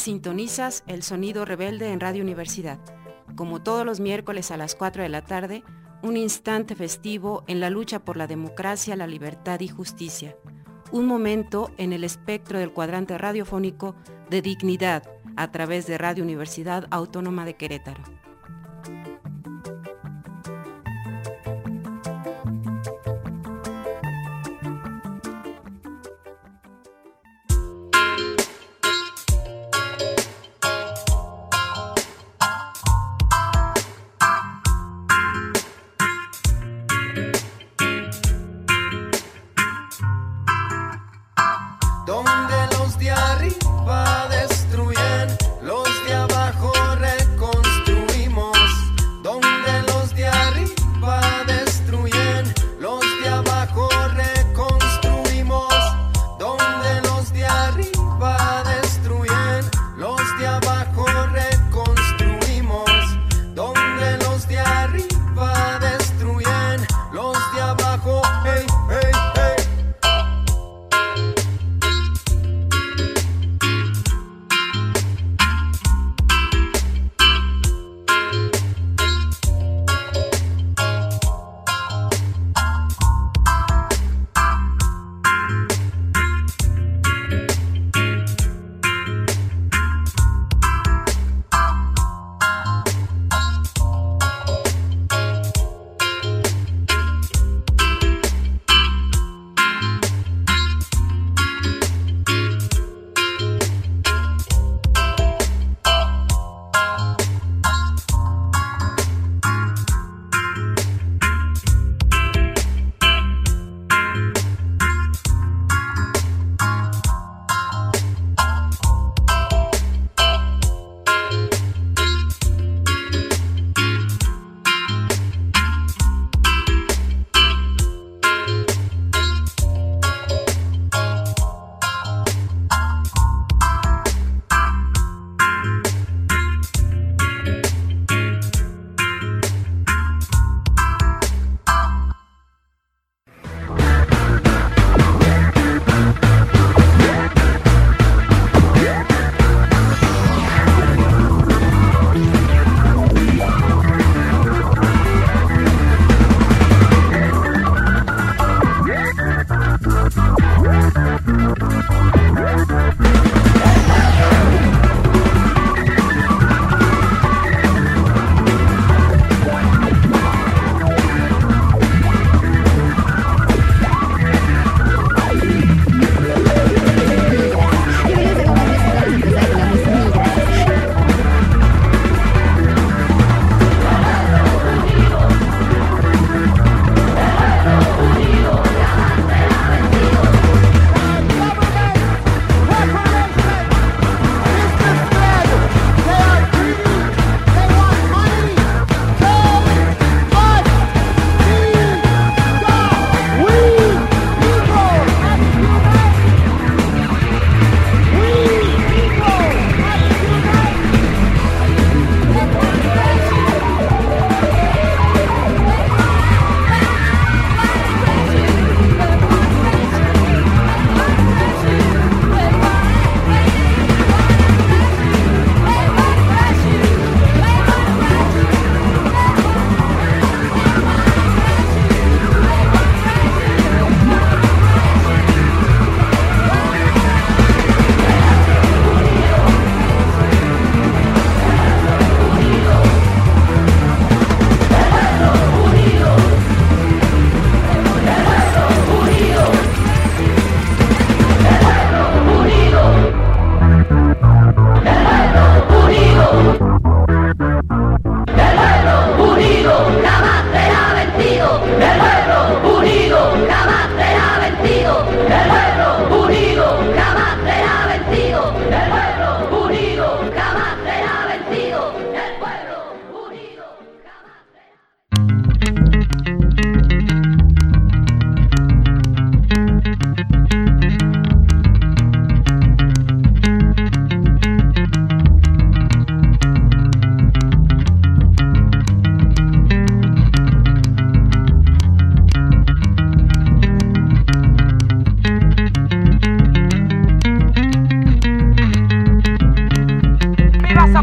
Sintonizas El Sonido Rebelde en Radio Universidad. Como todos los miércoles a las 4 de la tarde, un instante festivo en la lucha por la democracia, la libertad y justicia. Un momento en el espectro del cuadrante radiofónico de dignidad a través de Radio Universidad Autónoma de Querétaro.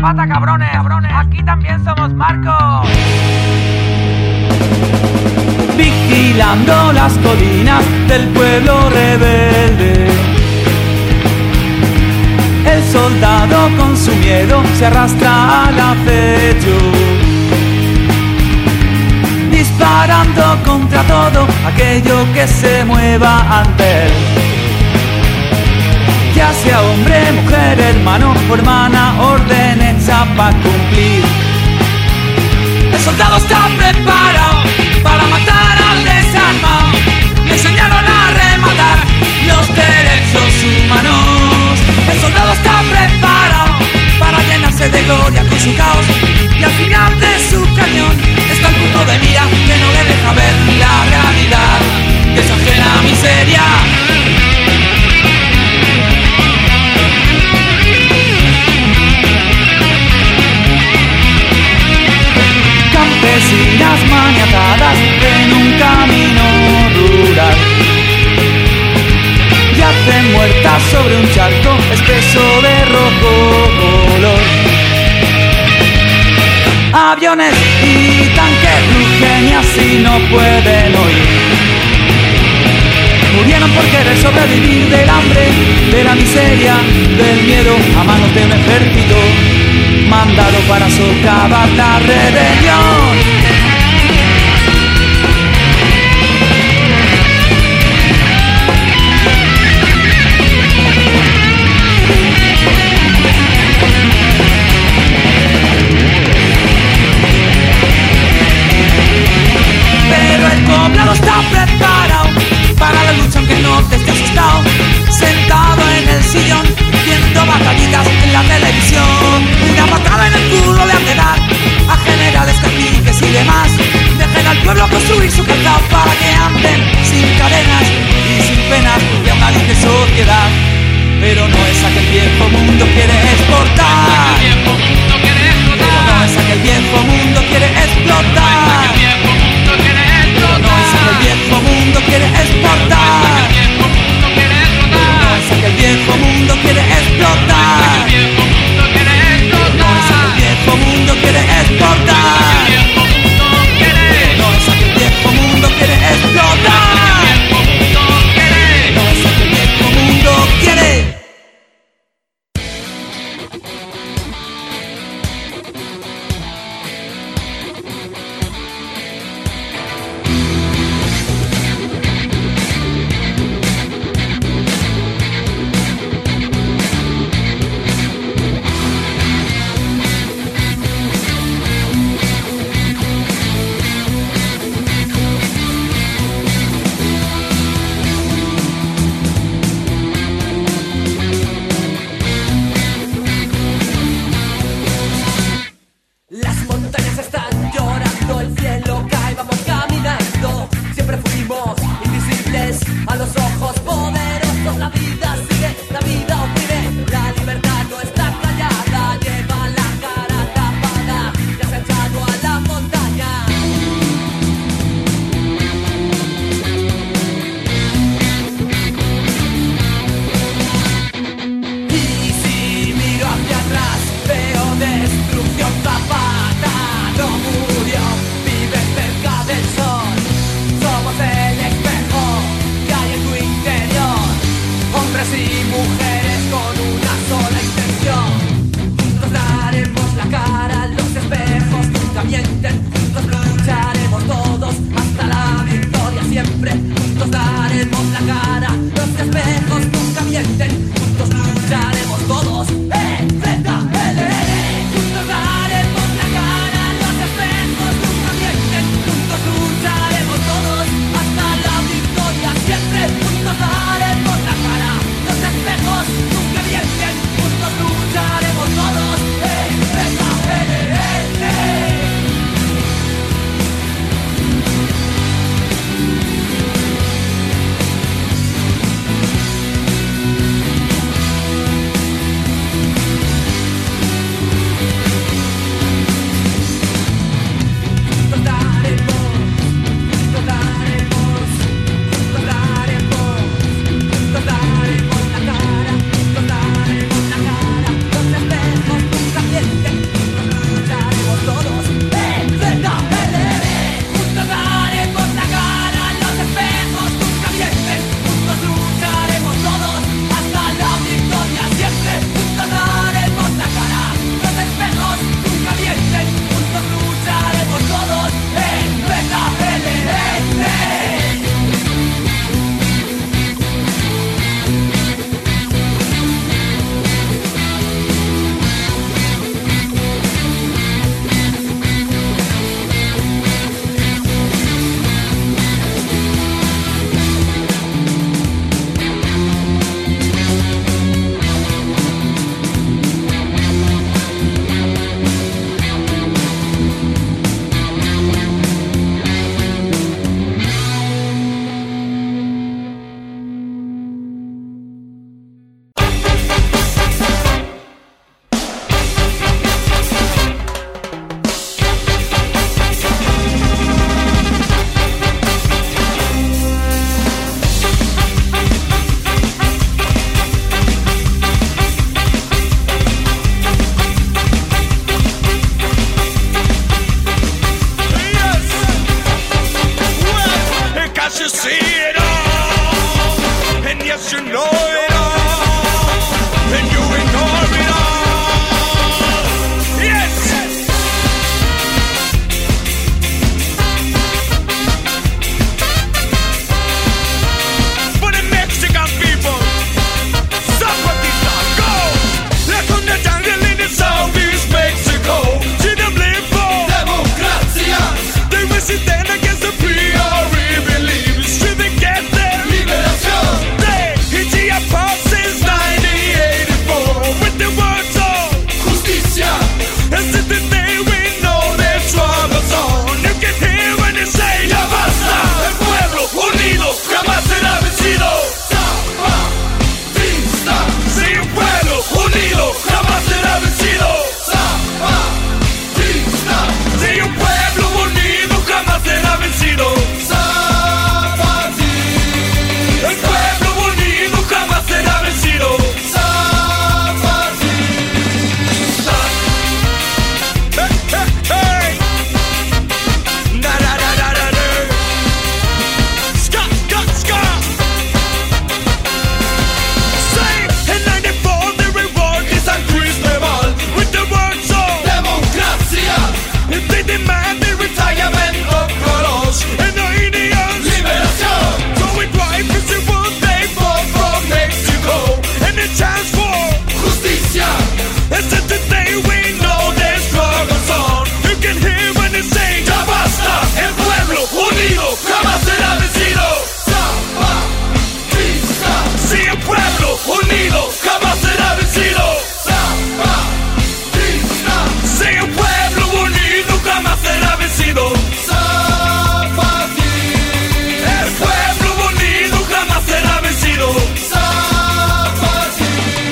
pata, cabrones, cabrones. Aquí también somos Marcos. Vigilando las colinas del pueblo rebelde, el soldado con su miedo se arrastra al acecho, disparando contra todo aquello que se mueva ante él. Ya sea hombre, mujer, hermano o hermana, orden hecha para cumplir. El soldado está preparado para matar al desarmado. Le enseñaron a rematar los derechos humanos. El soldado está preparado para llenarse de gloria con su caos. Y al final de su cañón está el punto de mira que no le deja ver la realidad de su ajena miseria. Campesinas maniatadas en un camino rural yacen muertas sobre un charco espeso de rojo color. Aviones y tanques rugen y así no pueden oír. Murieron por querer sobrevivir del hambre, de la miseria, del miedo a manos de un ejército mandado para socavar la rebelión. Pero el poblado está preparado para la lucha aunque no te esté asustado, sentado en el sillón viendo batallitas en la televisión. Una patada en el culo le han de dar a generales, caciques y demás. Dejen al pueblo construir su calzado para que anden sin cadenas y sin penas, porque aún hay de sociedad. Pero no es aquel viejo mundo quiere exportar. Pero no es aquel viejo mundo quiere explotar. No es aquel viejo mundo quiere exportar. No es aquel viejo mundo quiere explotar. No es aquel viejo mundo quiere exportar. No es aquel viejo mundo quiere explotar. No es aquel viejo mundo quiere. yes, you know it all, and you ignore it all. Yes. For the Mexican people, Zapatista, go! Left from the jungle in the southeast Mexico, see them live for democracia. They resisted against the PRE beliefs, should they get their liberación? They hit the past since 1984 with the words of justicia. And since the day we know their struggles on, you can hear when they say ya basta. El pueblo unido jamás será vencido. Zapatista. Sí, el pueblo unido jamás será vencido. Zapatista. Sí, un pueblo unido jamás será vencido. Zapatista. El pueblo unido jamás será vencido. Zapatista. Hey, hey, hey. Da da da da da da. Ska, ska, ska. Say, in 94 the reward is San Cristobal with the words of democracia. If they demand the retirement of Carlos and the Indians, liberación. So we drive to see what they bought from Mexico and the chance for justicia. And since the day we know their struggles on, you can hear when they say ya basta. El pueblo unido jamás será vencido. Zapatista. Sí, el pueblo unido jamás será vencido. Zapatista. Sí, el pueblo unido jamás será vencido. Zapatista. El pueblo unido jamás será vencido. Zapatista.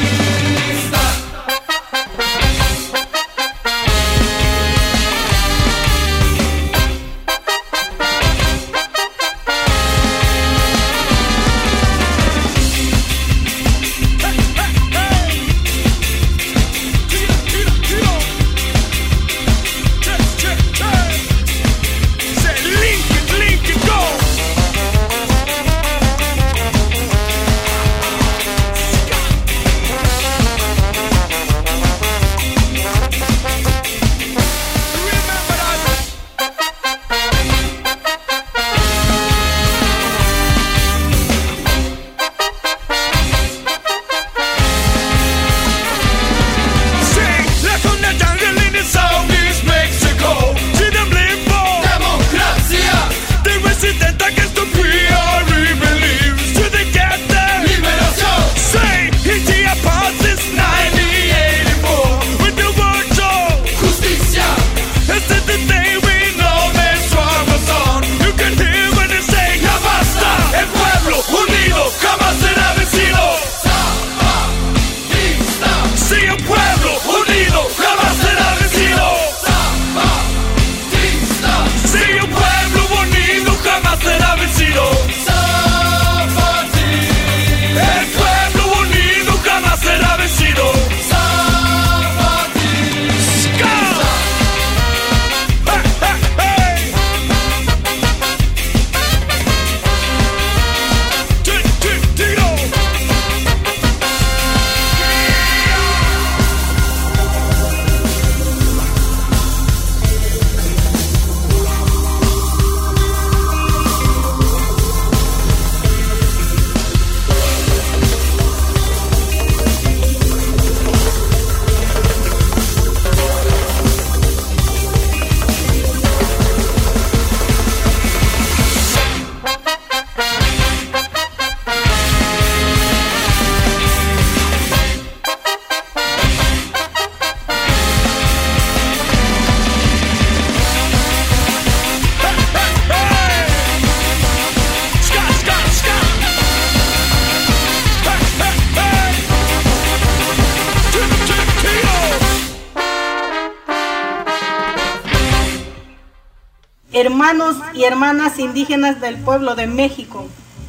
Hermanos y hermanas indígenas del pueblo de México,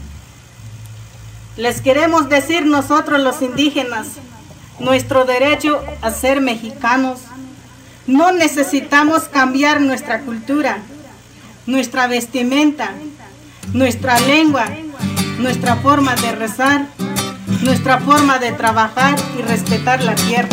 les queremos decir nosotros los indígenas, nuestro derecho a ser mexicanos. No necesitamos cambiar nuestra cultura, nuestra vestimenta, nuestra lengua, nuestra forma de rezar, nuestra forma de trabajar y respetar la tierra.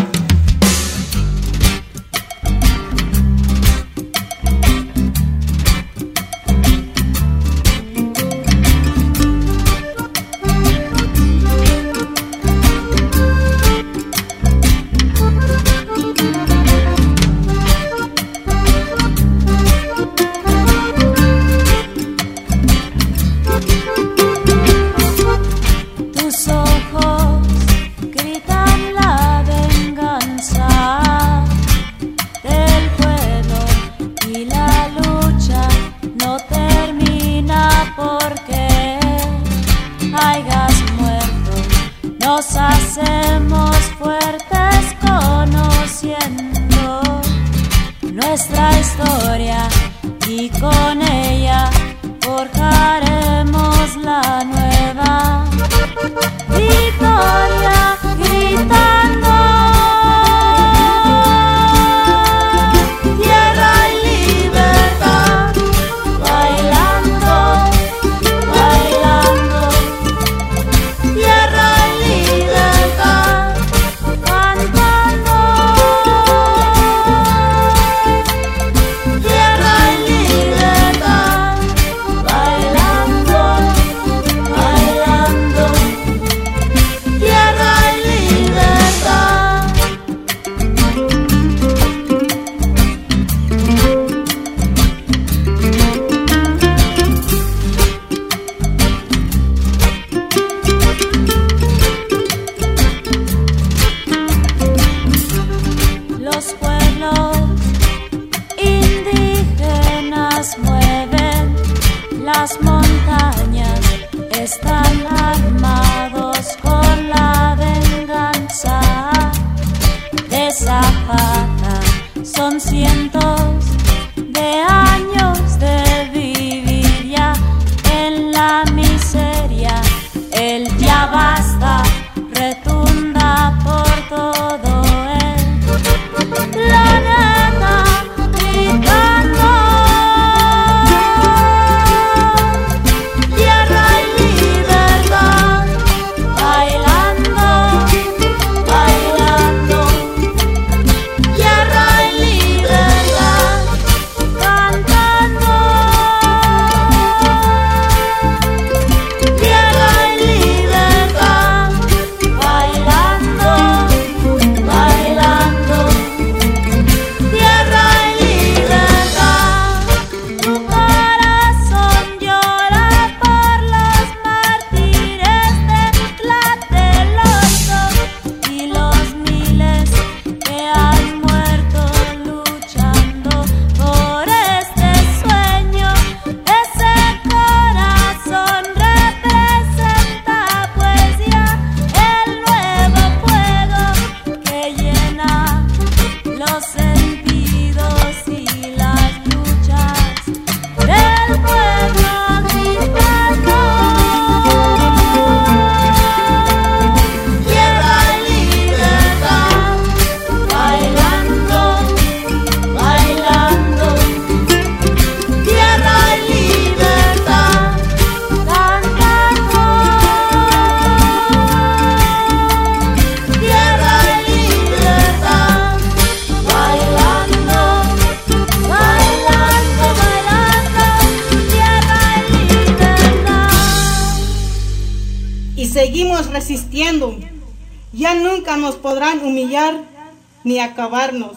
Seguimos resistiendo, ya nunca nos podrán humillar ni acabarnos.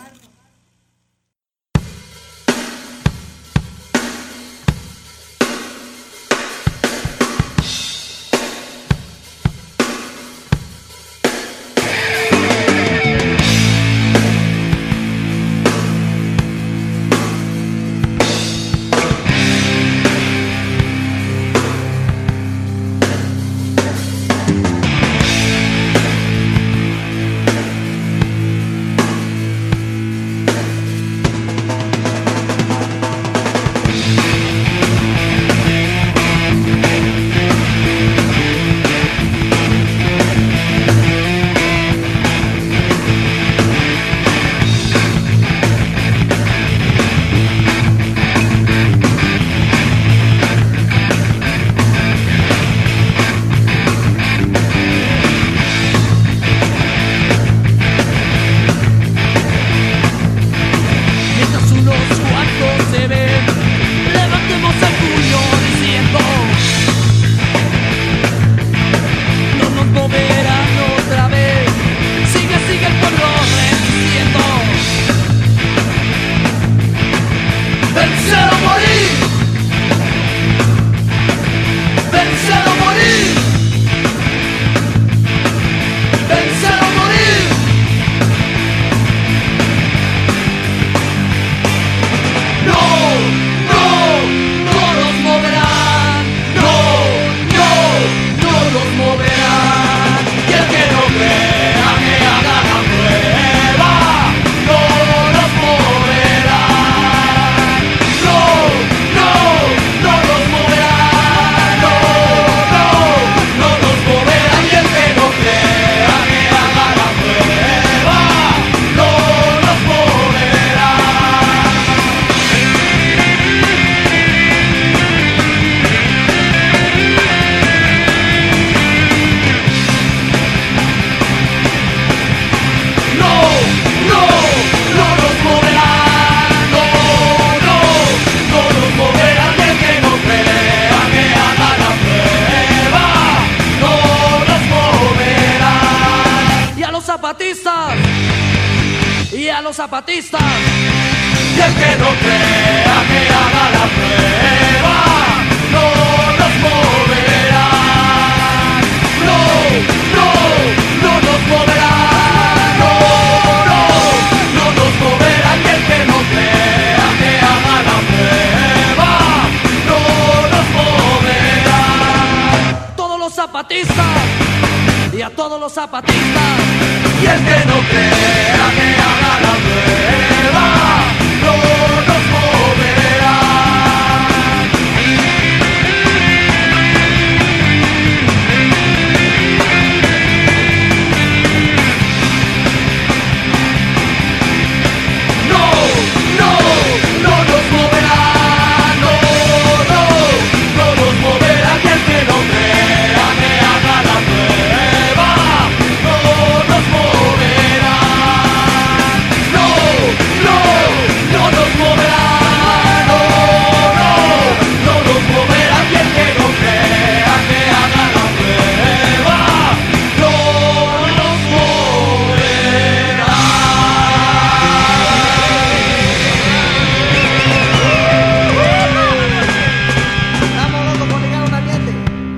zapatistas y a los zapatistas. Y el que no crea que haga la prueba, no nos moverá. No, no, no nos moverá. No, no, no nos moverá. Y el que no crea que haga la prueba, no nos moverá. Todos los zapatistas y a todos los zapatistas. Y el que no crea que haga la prueba, no nos moverá. No, no, no nos moverá. No, no, no nos moverá. Y el que no crea que haga la prueba, no nos moverá. No, no, no nos moverá. No, no, no nos moverá. Y el que no crea que haga la prueba, no nos moverá. Estamos locos por llegar a un ambiente.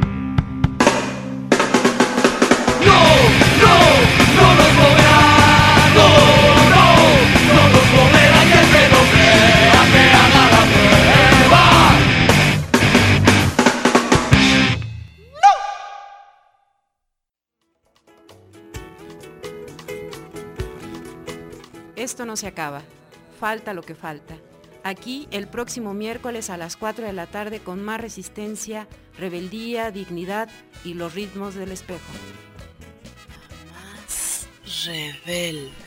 No, no, no nos moverá. No, no, no nos moverá. Y el que no crea que haga la prueba. Esto no se acaba. Falta lo que falta. Aquí el próximo miércoles a las 4 de la tarde con más resistencia, rebeldía, dignidad y los ritmos del espejo. Más rebelde.